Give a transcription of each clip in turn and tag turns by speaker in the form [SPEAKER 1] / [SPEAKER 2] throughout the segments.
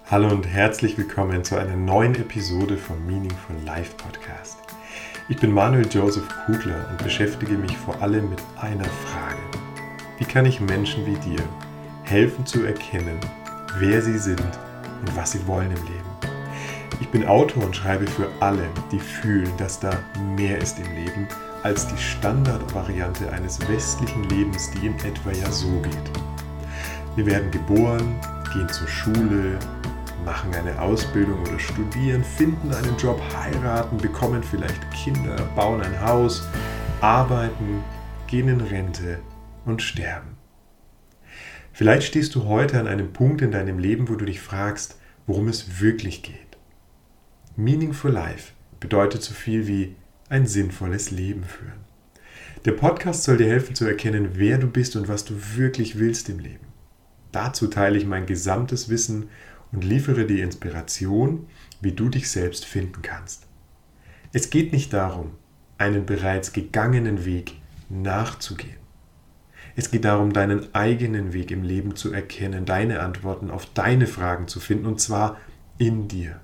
[SPEAKER 1] Hallo und herzlich willkommen zu einer neuen Episode vom Meaningful Life Podcast. Ich bin Manuel Joseph Kugler und beschäftige mich vor allem mit einer Frage. Wie kann ich Menschen wie dir helfen zu erkennen, wer sie sind und was sie wollen im Leben? Ich bin Autor und schreibe für alle, die fühlen, dass da mehr ist im Leben als die Standardvariante eines westlichen Lebens, die in etwa ja so geht. Wir werden geboren, gehen zur Schule, machen eine Ausbildung oder studieren, finden einen Job, heiraten, bekommen vielleicht Kinder, bauen ein Haus, arbeiten, gehen in Rente und sterben. Vielleicht stehst du heute an einem Punkt in deinem Leben, wo du dich fragst, worum es wirklich geht. Meaningful Life bedeutet so viel wie ein sinnvolles Leben führen. Der Podcast soll dir helfen zu erkennen, wer du bist und was du wirklich willst im Leben. Dazu teile ich mein gesamtes Wissen und liefere dir Inspiration, wie du dich selbst finden kannst. Es geht nicht darum, einen bereits gegangenen Weg nachzugehen. Es geht darum, deinen eigenen Weg im Leben zu erkennen, deine Antworten auf deine Fragen zu finden, und zwar in dir.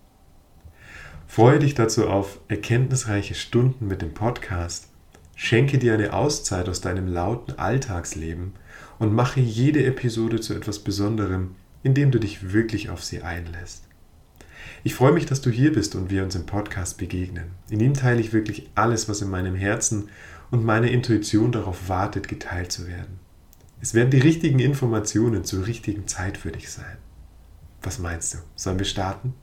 [SPEAKER 1] Freue dich dazu auf erkenntnisreiche Stunden mit dem Podcast, schenke dir eine Auszeit aus deinem lauten Alltagsleben und mache jede Episode zu etwas Besonderem, indem du dich wirklich auf sie einlässt. Ich freue mich, dass du hier bist und wir uns im Podcast begegnen. In ihm teile ich wirklich alles, was in meinem Herzen und meine Intuition darauf wartet, geteilt zu werden. Es werden die richtigen Informationen zur richtigen Zeit für dich sein. Was meinst du? Sollen wir starten?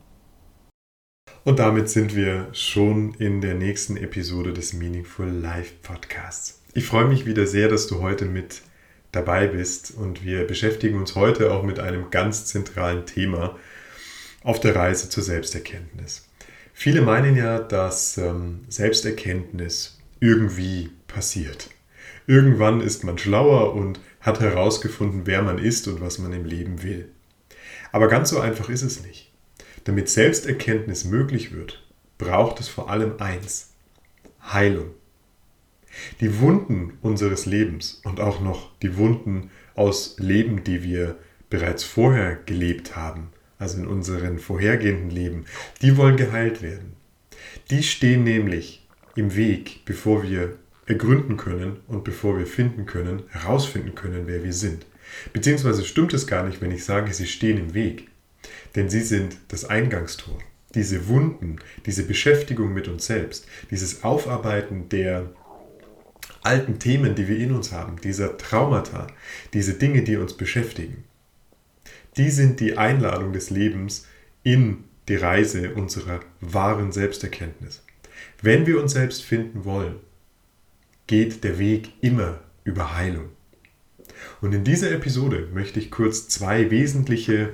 [SPEAKER 1] Und damit sind wir schon in der nächsten Episode des Meaningful Life Podcasts. Ich freue mich wieder sehr, dass du heute mit dabei bist, und wir beschäftigen uns heute auch mit einem ganz zentralen Thema auf der Reise zur Selbsterkenntnis. Viele meinen ja, dass Selbsterkenntnis irgendwie passiert. Irgendwann ist man schlauer und hat herausgefunden, wer man ist und was man im Leben will. Aber ganz so einfach ist es nicht. Damit Selbsterkenntnis möglich wird, braucht es vor allem eins: Heilung. Die Wunden unseres Lebens und auch noch die Wunden aus Leben, die wir bereits vorher gelebt haben, also in unseren vorhergehenden Leben, die wollen geheilt werden. Die stehen nämlich im Weg, bevor wir ergründen können und bevor wir herausfinden können, wer wir sind. Beziehungsweise stimmt es gar nicht, wenn ich sage, sie stehen im Weg, denn sie sind das Eingangstor. Diese Wunden, diese Beschäftigung mit uns selbst, dieses Aufarbeiten der alten Themen, die wir in uns haben, dieser Traumata, diese Dinge, die uns beschäftigen, die sind die Einladung des Lebens in die Reise unserer wahren Selbsterkenntnis. Wenn wir uns selbst finden wollen, geht der Weg immer über Heilung. Und in dieser Episode möchte ich kurz zwei wesentliche,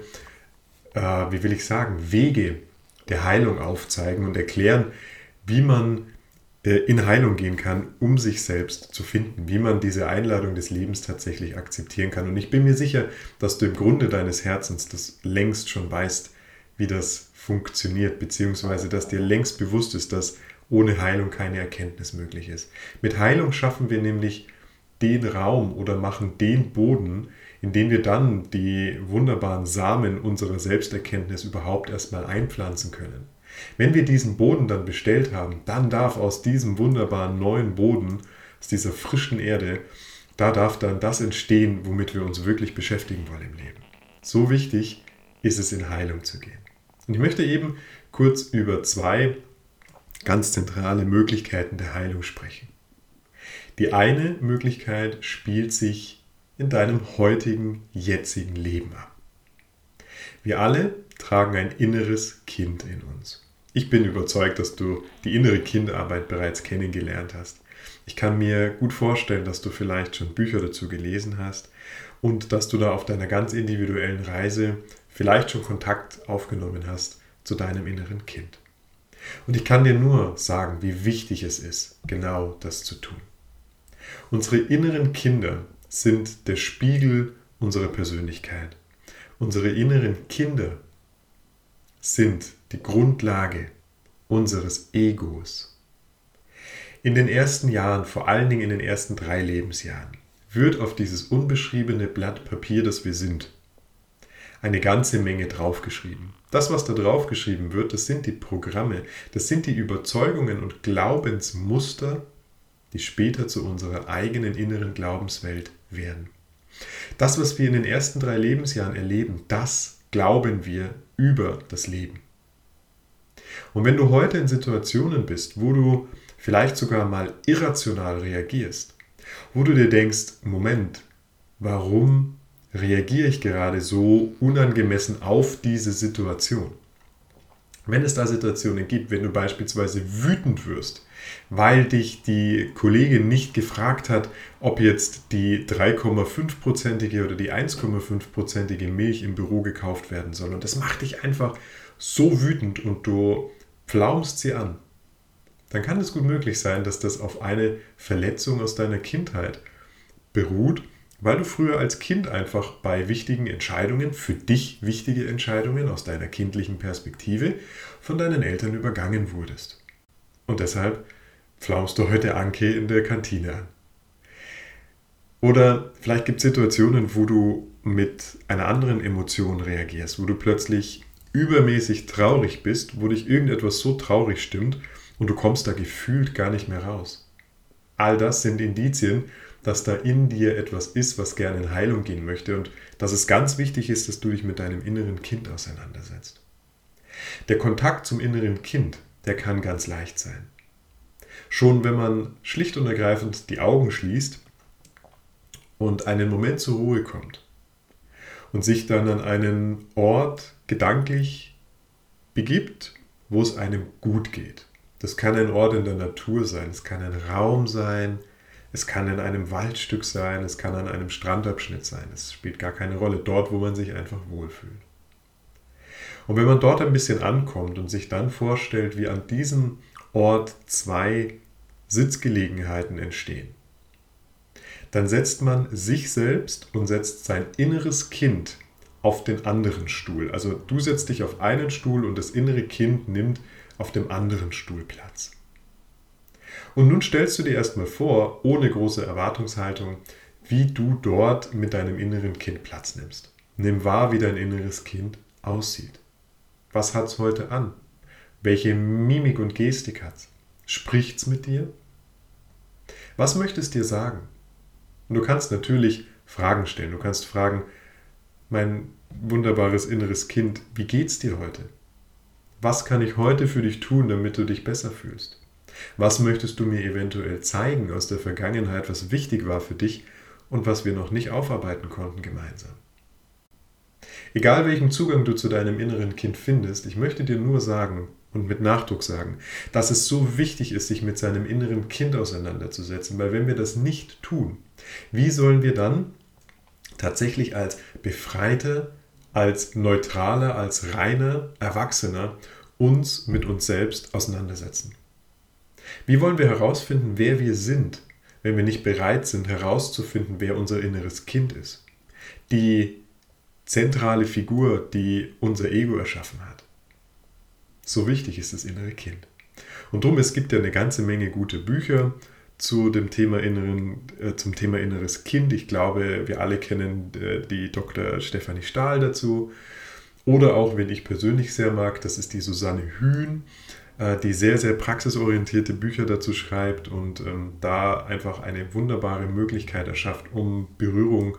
[SPEAKER 1] Wege der Heilung aufzeigen und erklären, wie man in Heilung gehen kann, um sich selbst zu finden, wie man diese Einladung des Lebens tatsächlich akzeptieren kann. Und ich bin mir sicher, dass du im Grunde deines Herzens das längst schon weißt, wie das funktioniert, beziehungsweise dass dir längst bewusst ist, dass ohne Heilung keine Erkenntnis möglich ist. Mit Heilung schaffen wir nämlich den Raum oder machen den Boden, in den wir dann die wunderbaren Samen unserer Selbsterkenntnis überhaupt erstmal einpflanzen können. Wenn wir diesen Boden dann bestellt haben, dann darf aus diesem wunderbaren neuen Boden, aus dieser frischen Erde, da darf dann das entstehen, womit wir uns wirklich beschäftigen wollen im Leben. So wichtig ist es, in Heilung zu gehen. Und ich möchte eben kurz über zwei ganz zentrale Möglichkeiten der Heilung sprechen. Die eine Möglichkeit spielt sich in deinem heutigen, jetzigen Leben ab. Wir alle tragen ein inneres Kind in uns. Ich bin überzeugt, dass du die innere Kindarbeit bereits kennengelernt hast. Ich kann mir gut vorstellen, dass du vielleicht schon Bücher dazu gelesen hast und dass du da auf deiner ganz individuellen Reise vielleicht schon Kontakt aufgenommen hast zu deinem inneren Kind. Und ich kann dir nur sagen, wie wichtig es ist, genau das zu tun. Unsere inneren Kinder sind der Spiegel unserer Persönlichkeit. Unsere inneren Kinder sind die Grundlage unseres Egos. In den ersten Jahren, vor allen Dingen in den ersten 3 Lebensjahren, wird auf dieses unbeschriebene Blatt Papier, das wir sind, eine ganze Menge draufgeschrieben. Das, was da draufgeschrieben wird, das sind die Programme, das sind die Überzeugungen und Glaubensmuster, die später zu unserer eigenen inneren Glaubenswelt werden. Das, was wir in den ersten 3 Lebensjahren erleben, das glauben wir über das Leben. Und wenn du heute in Situationen bist, wo du vielleicht sogar mal irrational reagierst, wo du dir denkst, Moment, warum reagiere ich gerade so unangemessen auf diese Situation? Wenn es da Situationen gibt, wenn du beispielsweise wütend wirst, weil dich die Kollegin nicht gefragt hat, ob jetzt die 3,5%ige oder die 1,5%ige Milch im Büro gekauft werden soll und das macht dich einfach so wütend und du pflaumst sie an, dann kann es gut möglich sein, dass das auf eine Verletzung aus deiner Kindheit beruht, weil du früher als Kind einfach bei wichtigen Entscheidungen, für dich wichtige Entscheidungen aus deiner kindlichen Perspektive, von deinen Eltern übergangen wurdest. Und deshalb pflaumst du heute Anke in der Kantine an. Oder vielleicht gibt es Situationen, wo du mit einer anderen Emotion reagierst, wo du plötzlich übermäßig traurig bist, wo dich irgendetwas so traurig stimmt und du kommst da gefühlt gar nicht mehr raus. All das sind Indizien, dass da in dir etwas ist, was gerne in Heilung gehen möchte und dass es ganz wichtig ist, dass du dich mit deinem inneren Kind auseinandersetzt. Der Kontakt zum inneren Kind, der kann ganz leicht sein. Schon wenn man schlicht und ergreifend die Augen schließt und einen Moment zur Ruhe kommt und sich dann an einen Ort gedanklich begibt, wo es einem gut geht. Das kann ein Ort in der Natur sein, es kann ein Raum sein, es kann in einem Waldstück sein, es kann an einem Strandabschnitt sein. Es spielt gar keine Rolle, dort, wo man sich einfach wohlfühlt. Und wenn man dort ein bisschen ankommt und sich dann vorstellt, wie an diesem Ort 2 Sitzgelegenheiten entstehen, dann setzt man sich selbst und setzt sein inneres Kind auf den anderen Stuhl. Also du setzt dich auf einen Stuhl und das innere Kind nimmt auf dem anderen Stuhl Platz. Und nun stellst du dir erstmal vor, ohne große Erwartungshaltung, wie du dort mit deinem inneren Kind Platz nimmst. Nimm wahr, wie dein inneres Kind aussieht. Was hat es heute an? Welche Mimik und Gestik hat es? Spricht es mit dir? Was möchte es dir sagen? Und du kannst natürlich Fragen stellen. Du kannst fragen, mein wunderbares inneres Kind, wie geht's dir heute? Was kann ich heute für dich tun, damit du dich besser fühlst? Was möchtest du mir eventuell zeigen aus der Vergangenheit, was wichtig war für dich und was wir noch nicht aufarbeiten konnten gemeinsam? Egal welchen Zugang du zu deinem inneren Kind findest, ich möchte dir nur sagen und mit Nachdruck sagen, dass es so wichtig ist, sich mit seinem inneren Kind auseinanderzusetzen, weil wenn wir das nicht tun, wie sollen wir dann tatsächlich als befreiter, als neutraler, als reiner Erwachsener uns mit uns selbst auseinandersetzen? Wie wollen wir herausfinden, wer wir sind, wenn wir nicht bereit sind, herauszufinden, wer unser inneres Kind ist? Die zentrale Figur, die unser Ego erschaffen hat. So wichtig ist das innere Kind. Und darum, es gibt ja eine ganze Menge gute Bücher zum Thema inneres Kind. Ich glaube, wir alle kennen die Dr. Stefanie Stahl dazu. Oder auch, wen ich persönlich sehr mag, das ist die Susanne Hühn, die sehr, sehr praxisorientierte Bücher dazu schreibt und da einfach eine wunderbare Möglichkeit erschafft, um Berührung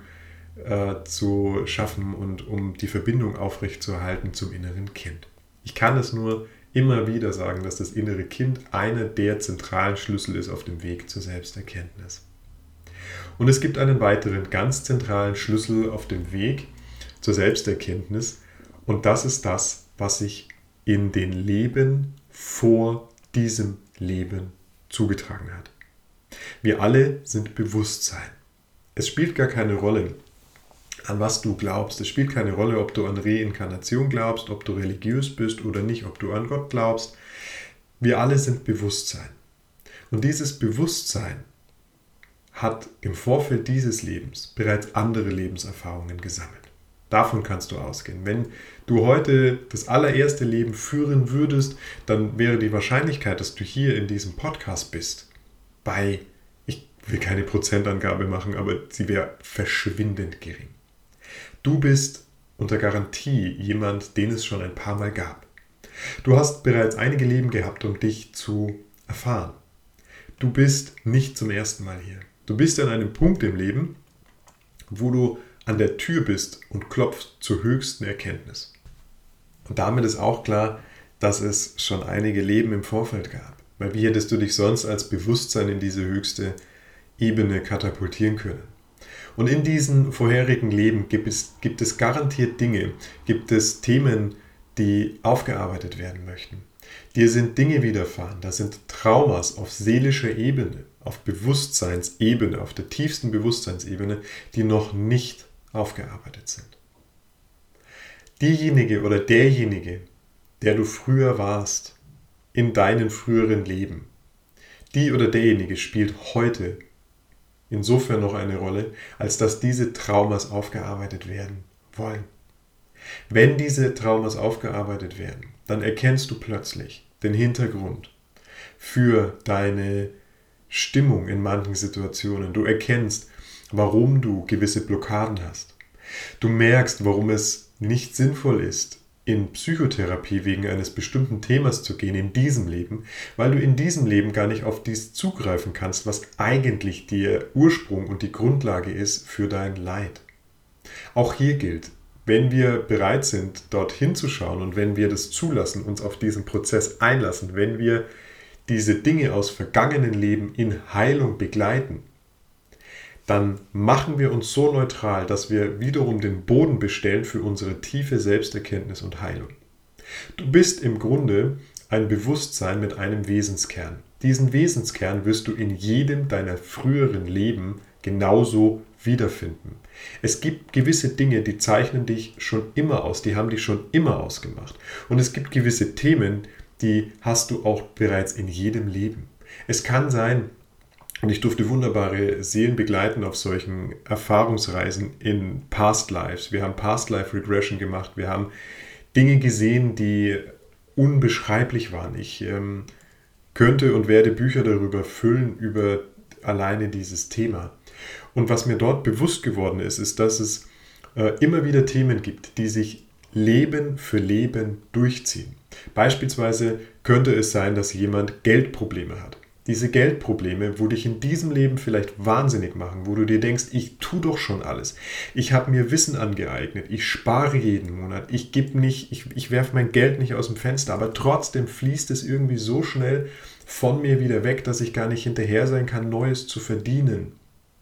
[SPEAKER 1] zu schaffen und um die Verbindung aufrechtzuerhalten zum inneren Kind. Ich kann es nur immer wieder sagen, dass das innere Kind einer der zentralen Schlüssel ist auf dem Weg zur Selbsterkenntnis. Und es gibt einen weiteren ganz zentralen Schlüssel auf dem Weg zur Selbsterkenntnis und das ist das, was sich in den Leben vor diesem Leben zugetragen hat. Wir alle sind Bewusstsein. Es spielt gar keine Rolle, an was du glaubst. Es spielt keine Rolle, ob du an Reinkarnation glaubst, ob du religiös bist oder nicht, ob du an Gott glaubst. Wir alle sind Bewusstsein. Und dieses Bewusstsein hat im Vorfeld dieses Lebens bereits andere Lebenserfahrungen gesammelt. Davon kannst du ausgehen. Wenn du heute das allererste Leben führen würdest, dann wäre die Wahrscheinlichkeit, dass du hier in diesem Podcast bist, bei, ich will keine Prozentangabe machen, aber sie wäre verschwindend gering. Du bist unter Garantie jemand, den es schon ein paar Mal gab. Du hast bereits einige Leben gehabt, um dich zu erfahren. Du bist nicht zum ersten Mal hier. Du bist an einem Punkt im Leben, wo du an der Tür bist und klopfst zur höchsten Erkenntnis. Und damit ist auch klar, dass es schon einige Leben im Vorfeld gab. Weil wie hättest du dich sonst als Bewusstsein in diese höchste Ebene katapultieren können? Und in diesen vorherigen Leben gibt es garantiert Dinge, gibt es Themen, die aufgearbeitet werden möchten. Dir sind Dinge widerfahren, da sind Traumas auf seelischer Ebene, auf Bewusstseinsebene, auf der tiefsten Bewusstseinsebene, die noch nicht aufgearbeitet sind. Diejenige oder derjenige, der du früher warst, in deinen früheren Leben, die oder derjenige spielt heute insofern noch eine Rolle, als dass diese Traumas aufgearbeitet werden wollen. Wenn diese Traumas aufgearbeitet werden, dann erkennst du plötzlich den Hintergrund für deine Stimmung in manchen Situationen. Du erkennst, warum du gewisse Blockaden hast. Du merkst, warum es nicht sinnvoll ist, in Psychotherapie wegen eines bestimmten Themas zu gehen in diesem Leben, weil du in diesem Leben gar nicht auf dies zugreifen kannst, was eigentlich der Ursprung und die Grundlage ist für dein Leid. Auch hier gilt, wenn wir bereit sind, dorthin zu schauen und wenn wir das zulassen, uns auf diesen Prozess einlassen, wenn wir diese Dinge aus vergangenen Leben in Heilung begleiten, dann machen wir uns so neutral, dass wir wiederum den Boden bestellen für unsere tiefe Selbsterkenntnis und Heilung. Du bist im Grunde ein Bewusstsein mit einem Wesenskern. Diesen Wesenskern wirst du in jedem deiner früheren Leben genauso wiederfinden. Es gibt gewisse Dinge, die zeichnen dich schon immer aus, die haben dich schon immer ausgemacht. Und es gibt gewisse Themen, die hast du auch bereits in jedem Leben. Es kann sein, und ich durfte wunderbare Seelen begleiten auf solchen Erfahrungsreisen in Past Lives. Wir haben Past Life Regression gemacht. Wir haben Dinge gesehen, die unbeschreiblich waren. Ich könnte und werde Bücher darüber füllen, über alleine dieses Thema. Und was mir dort bewusst geworden ist, ist, dass es immer wieder Themen gibt, die sich Leben für Leben durchziehen. Beispielsweise könnte es sein, dass jemand Geldprobleme hat. Diese Geldprobleme, wo dich in diesem Leben vielleicht wahnsinnig machen, wo du dir denkst, ich tue doch schon alles. Ich habe mir Wissen angeeignet, ich spare jeden Monat, ich werfe mein Geld nicht aus dem Fenster, aber trotzdem fließt es irgendwie so schnell von mir wieder weg, dass ich gar nicht hinterher sein kann, Neues zu verdienen.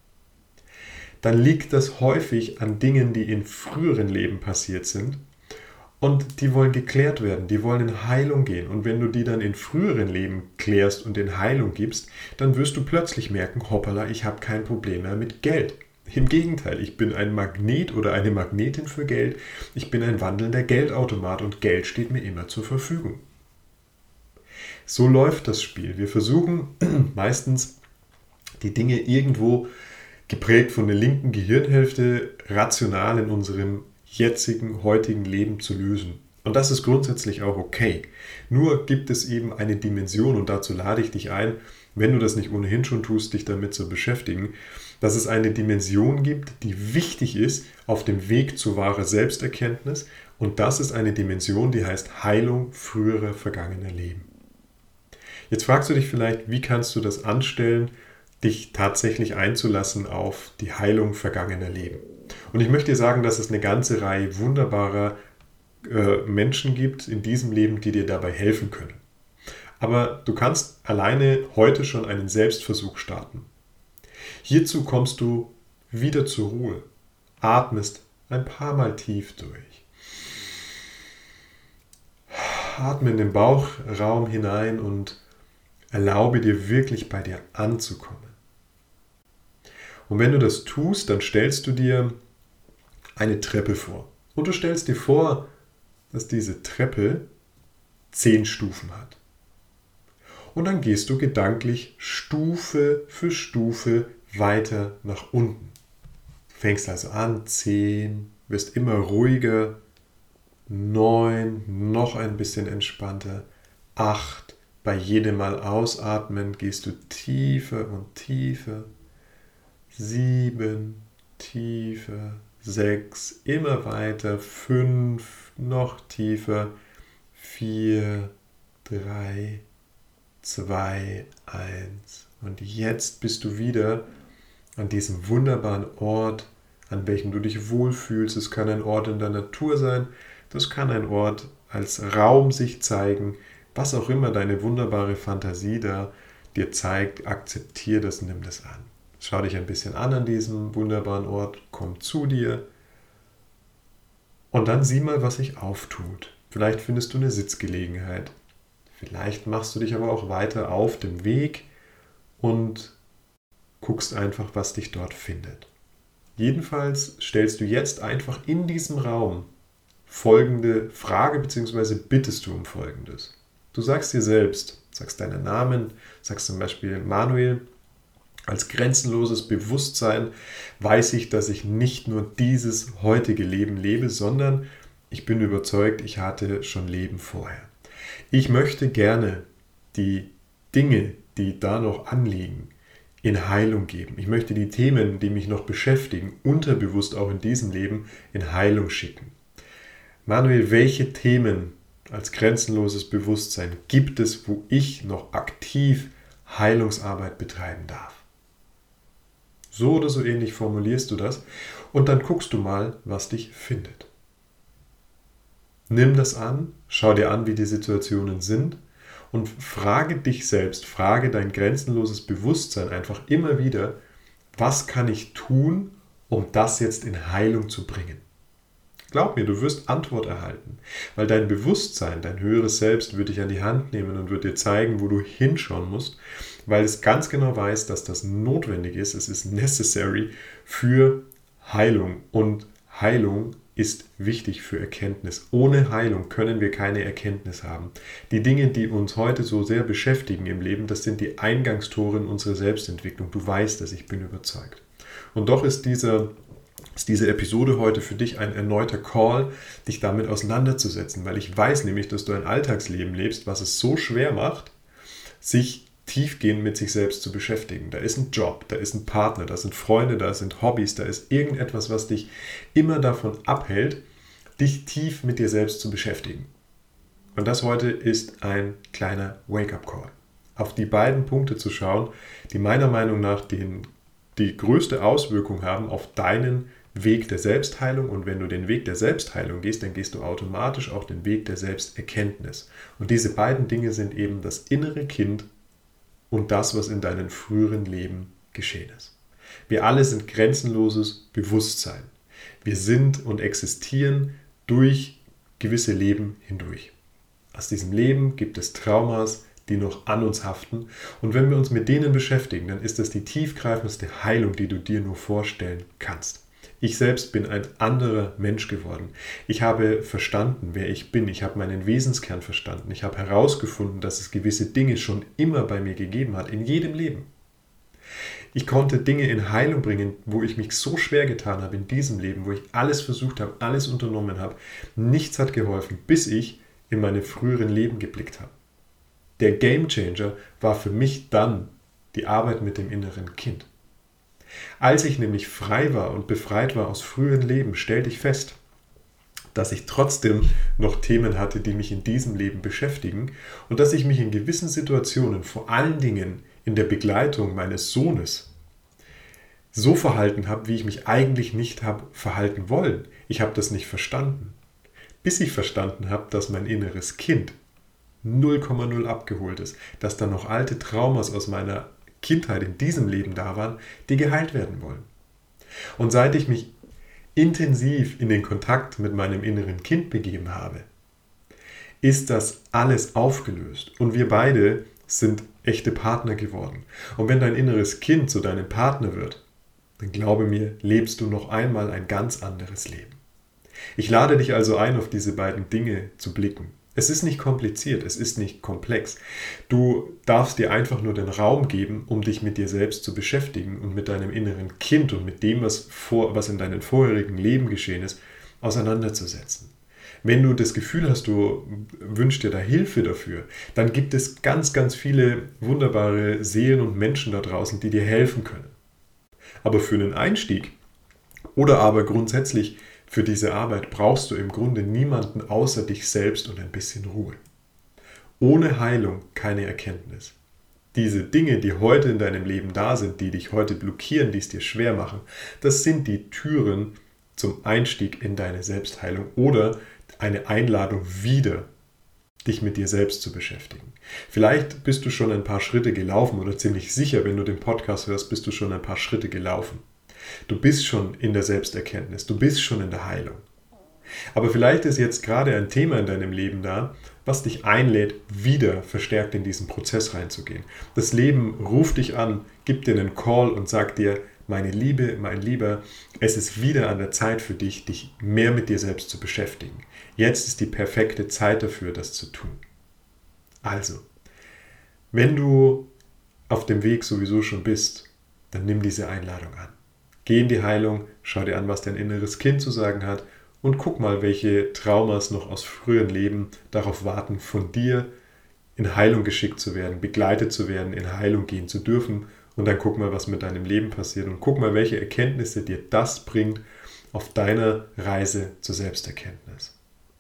[SPEAKER 1] Dann liegt das häufig an Dingen, die in früheren Leben passiert sind. Und die wollen geklärt werden, die wollen in Heilung gehen. Und wenn du die dann in früheren Leben klärst und in Heilung gibst, dann wirst du plötzlich merken, hoppala, ich habe kein Problem mehr mit Geld. Im Gegenteil, ich bin ein Magnet oder eine Magnetin für Geld. Ich bin ein wandelnder Geldautomat und Geld steht mir immer zur Verfügung. So läuft das Spiel. Wir versuchen meistens die Dinge irgendwo geprägt von der linken Gehirnhälfte rational in unserem jetzigen, heutigen Leben zu lösen. Und das ist grundsätzlich auch okay. Nur gibt es eben eine Dimension, und dazu lade ich dich ein, wenn du das nicht ohnehin schon tust, dich damit zu beschäftigen, dass es eine Dimension gibt, die wichtig ist auf dem Weg zu wahrer Selbsterkenntnis, und das ist eine Dimension, die heißt Heilung früherer vergangener Leben. Jetzt fragst du dich vielleicht, wie kannst du das anstellen, dich tatsächlich einzulassen auf die Heilung vergangener Leben. Und ich möchte dir sagen, dass es eine ganze Reihe wunderbarer Menschen gibt in diesem Leben, die dir dabei helfen können. Aber du kannst alleine heute schon einen Selbstversuch starten. Hierzu kommst du wieder zur Ruhe, atmest ein paar Mal tief durch. Atme in den Bauchraum hinein und erlaube dir wirklich bei dir anzukommen. Und wenn du das tust, dann stellst du dir eine Treppe vor. Und du stellst dir vor, dass diese Treppe 10 Stufen hat. Und dann gehst du gedanklich Stufe für Stufe weiter nach unten. Du fängst also an, 10, wirst immer ruhiger, 9, noch ein bisschen entspannter, 8, bei jedem Mal ausatmen gehst du tiefer und tiefer, 7, tiefer, 6, immer weiter, 5, noch tiefer, 4, 3, 2, 1. Und jetzt bist du wieder an diesem wunderbaren Ort, an welchem du dich wohlfühlst. Es kann ein Ort in der Natur sein, das kann ein Ort als Raum sich zeigen, was auch immer deine wunderbare Fantasie da dir zeigt, akzeptiere das, nimm das an. Schau dich ein bisschen an diesem wunderbaren Ort, komm zu dir und dann sieh mal, was sich auftut. Vielleicht findest du eine Sitzgelegenheit. Vielleicht machst du dich aber auch weiter auf dem Weg und guckst einfach, was dich dort findet. Jedenfalls stellst du jetzt einfach in diesem Raum folgende Frage bzw. bittest du um Folgendes. Du sagst dir selbst, sagst deinen Namen, sagst zum Beispiel Manuel, als grenzenloses Bewusstsein weiß ich, dass ich nicht nur dieses heutige Leben lebe, sondern ich bin überzeugt, ich hatte schon Leben vorher. Ich möchte gerne die Dinge, die da noch anliegen, in Heilung geben. Ich möchte die Themen, die mich noch beschäftigen, unterbewusst auch in diesem Leben, in Heilung schicken. Manuel, welche Themen als grenzenloses Bewusstsein gibt es, wo ich noch aktiv Heilungsarbeit betreiben darf? So oder so ähnlich formulierst du das und dann guckst du mal, was dich findet. Nimm das an, schau dir an, wie die Situationen sind und frage dich selbst, frage dein grenzenloses Bewusstsein einfach immer wieder, was kann ich tun, um das jetzt in Heilung zu bringen? Glaub mir, du wirst Antwort erhalten, weil dein Bewusstsein, dein höheres Selbst wird dich an die Hand nehmen und wird dir zeigen, wo du hinschauen musst, weil es ganz genau weiß, dass das notwendig ist, es ist necessary für Heilung und Heilung ist wichtig für Erkenntnis. Ohne Heilung können wir keine Erkenntnis haben. Die Dinge, die uns heute so sehr beschäftigen im Leben, das sind die Eingangstore in unsere Selbstentwicklung. Du weißt das, ich bin überzeugt. Und doch ist diese Episode heute für dich ein erneuter Call, dich damit auseinanderzusetzen, weil ich weiß nämlich, dass du ein Alltagsleben lebst, was es so schwer macht, sich tiefgehend mit sich selbst zu beschäftigen. Da ist ein Job, da ist ein Partner, da sind Freunde, da sind Hobbys, da ist irgendetwas, was dich immer davon abhält, dich tief mit dir selbst zu beschäftigen. Und das heute ist ein kleiner Wake-up-Call. Auf die beiden Punkte zu schauen, die meiner Meinung nach die größte Auswirkung haben auf deinen Weg der Selbstheilung. Und wenn du den Weg der Selbstheilung gehst, dann gehst du automatisch auch den Weg der Selbsterkenntnis. Und diese beiden Dinge sind eben das innere Kind und das, was in deinem früheren Leben geschehen ist. Wir alle sind grenzenloses Bewusstsein. Wir sind und existieren durch gewisse Leben hindurch. Aus diesem Leben gibt es Traumas, die noch an uns haften. Und wenn wir uns mit denen beschäftigen, dann ist das die tiefgreifendste Heilung, die du dir nur vorstellen kannst. Ich selbst bin ein anderer Mensch geworden. Ich habe verstanden, wer ich bin. Ich habe meinen Wesenskern verstanden. Ich habe herausgefunden, dass es gewisse Dinge schon immer bei mir gegeben hat, in jedem Leben. Ich konnte Dinge in Heilung bringen, wo ich mich so schwer getan habe in diesem Leben, wo ich alles versucht habe, alles unternommen habe. Nichts hat geholfen, bis ich in meine früheren Leben geblickt habe. Der Gamechanger war für mich dann die Arbeit mit dem inneren Kind. Als ich nämlich frei war und befreit war aus früheren Leben, stellte ich fest, dass ich trotzdem noch Themen hatte, die mich in diesem Leben beschäftigen und dass ich mich in gewissen Situationen, vor allen Dingen in der Begleitung meines Sohnes, so verhalten habe, wie ich mich eigentlich nicht habe verhalten wollen. Ich habe das nicht verstanden. Bis ich verstanden habe, dass mein inneres Kind 0,0 abgeholt ist, dass da noch alte Traumas aus meiner Kindheit in diesem Leben da waren, die geheilt werden wollen. Und seit ich mich intensiv in den Kontakt mit meinem inneren Kind begeben habe, ist das alles aufgelöst und wir beide sind echte Partner geworden. Und wenn dein inneres Kind zu deinem Partner wird, dann glaube mir, lebst du noch einmal ein ganz anderes Leben. Ich lade dich also ein, auf diese beiden Dinge zu blicken. Es ist nicht kompliziert, es ist nicht komplex. Du darfst dir einfach nur den Raum geben, um dich mit dir selbst zu beschäftigen und mit deinem inneren Kind und mit dem, was in deinem vorherigen Leben geschehen ist, auseinanderzusetzen. Wenn du das Gefühl hast, du wünschst dir da Hilfe dafür, dann gibt es ganz, ganz viele wunderbare Seelen und Menschen da draußen, die dir helfen können. Aber für einen Einstieg Oder aber grundsätzlich für diese Arbeit brauchst du im Grunde niemanden außer dich selbst und ein bisschen Ruhe. Ohne Heilung keine Erkenntnis. Diese Dinge, die heute in deinem Leben da sind, die dich heute blockieren, die es dir schwer machen, das sind die Türen zum Einstieg in deine Selbstheilung oder eine Einladung wieder, dich mit dir selbst zu beschäftigen. Vielleicht bist du schon ein paar Schritte gelaufen oder ziemlich sicher, wenn du den Podcast hörst, bist du schon ein paar Schritte gelaufen. Du bist schon in der Selbsterkenntnis, du bist schon in der Heilung. Aber vielleicht ist jetzt gerade ein Thema in deinem Leben da, was dich einlädt, wieder verstärkt in diesen Prozess reinzugehen. Das Leben ruft dich an, gibt dir einen Call und sagt dir, meine Liebe, mein Lieber, es ist wieder an der Zeit für dich, dich mehr mit dir selbst zu beschäftigen. Jetzt ist die perfekte Zeit dafür, das zu tun. Also, wenn du auf dem Weg sowieso schon bist, dann nimm diese Einladung an. Geh in die Heilung, schau dir an, was dein inneres Kind zu sagen hat und guck mal, welche Traumas noch aus früheren Leben darauf warten, von dir in Heilung geschickt zu werden, begleitet zu werden, in Heilung gehen zu dürfen. Und dann guck mal, was mit deinem Leben passiert und guck mal, welche Erkenntnisse dir das bringt auf deiner Reise zur Selbsterkenntnis.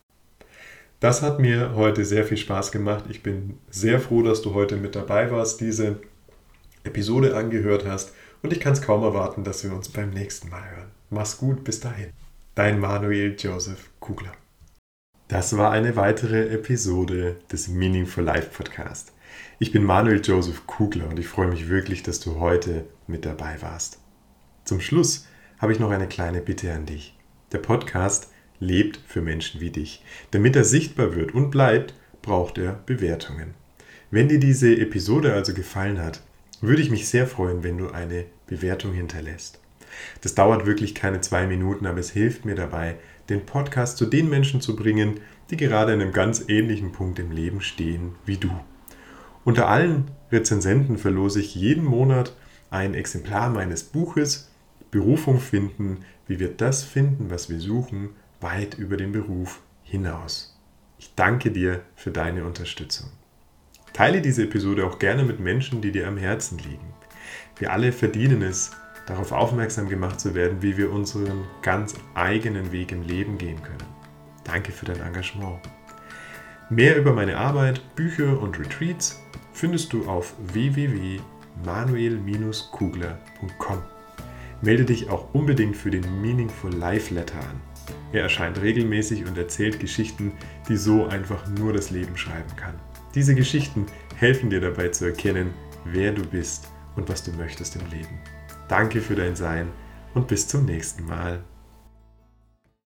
[SPEAKER 1] Das hat mir heute sehr viel Spaß gemacht. Ich bin sehr froh, dass du heute mit dabei warst, diese Episode angehört hast und ich kann es kaum erwarten, dass wir uns beim nächsten Mal hören. Mach's gut, bis dahin. Dein Manuel Joseph Kugler. Das war eine weitere Episode des Meaning for Life Podcast. Ich bin Manuel Joseph Kugler und ich freue mich wirklich, dass du heute mit dabei warst. Zum Schluss habe ich noch eine kleine Bitte an dich. Der Podcast lebt für Menschen wie dich. Damit er sichtbar wird und bleibt, braucht er Bewertungen. Wenn dir diese Episode also gefallen hat, würde ich mich sehr freuen, wenn du eine Bewertung hinterlässt. Das dauert wirklich keine 2 Minuten, aber es hilft mir dabei, den Podcast zu den Menschen zu bringen, die gerade an einem ganz ähnlichen Punkt im Leben stehen wie du. Unter allen Rezensenten verlose ich jeden Monat ein Exemplar meines Buches Berufung finden, wie wir das finden, was wir suchen, weit über den Beruf hinaus. Ich danke dir für deine Unterstützung. Teile diese Episode auch gerne mit Menschen, die dir am Herzen liegen. Wir alle verdienen es, darauf aufmerksam gemacht zu werden, wie wir unseren ganz eigenen Weg im Leben gehen können. Danke für dein Engagement. Mehr über meine Arbeit, Bücher und Retreats findest du auf www.manuel-kugler.com. Melde dich auch unbedingt für den Meaningful Life Letter an. Er erscheint regelmäßig und erzählt Geschichten, die so einfach nur das Leben schreiben kann. Diese Geschichten helfen dir dabei zu erkennen, wer du bist und was du möchtest im Leben. Danke für dein Sein und bis zum nächsten Mal.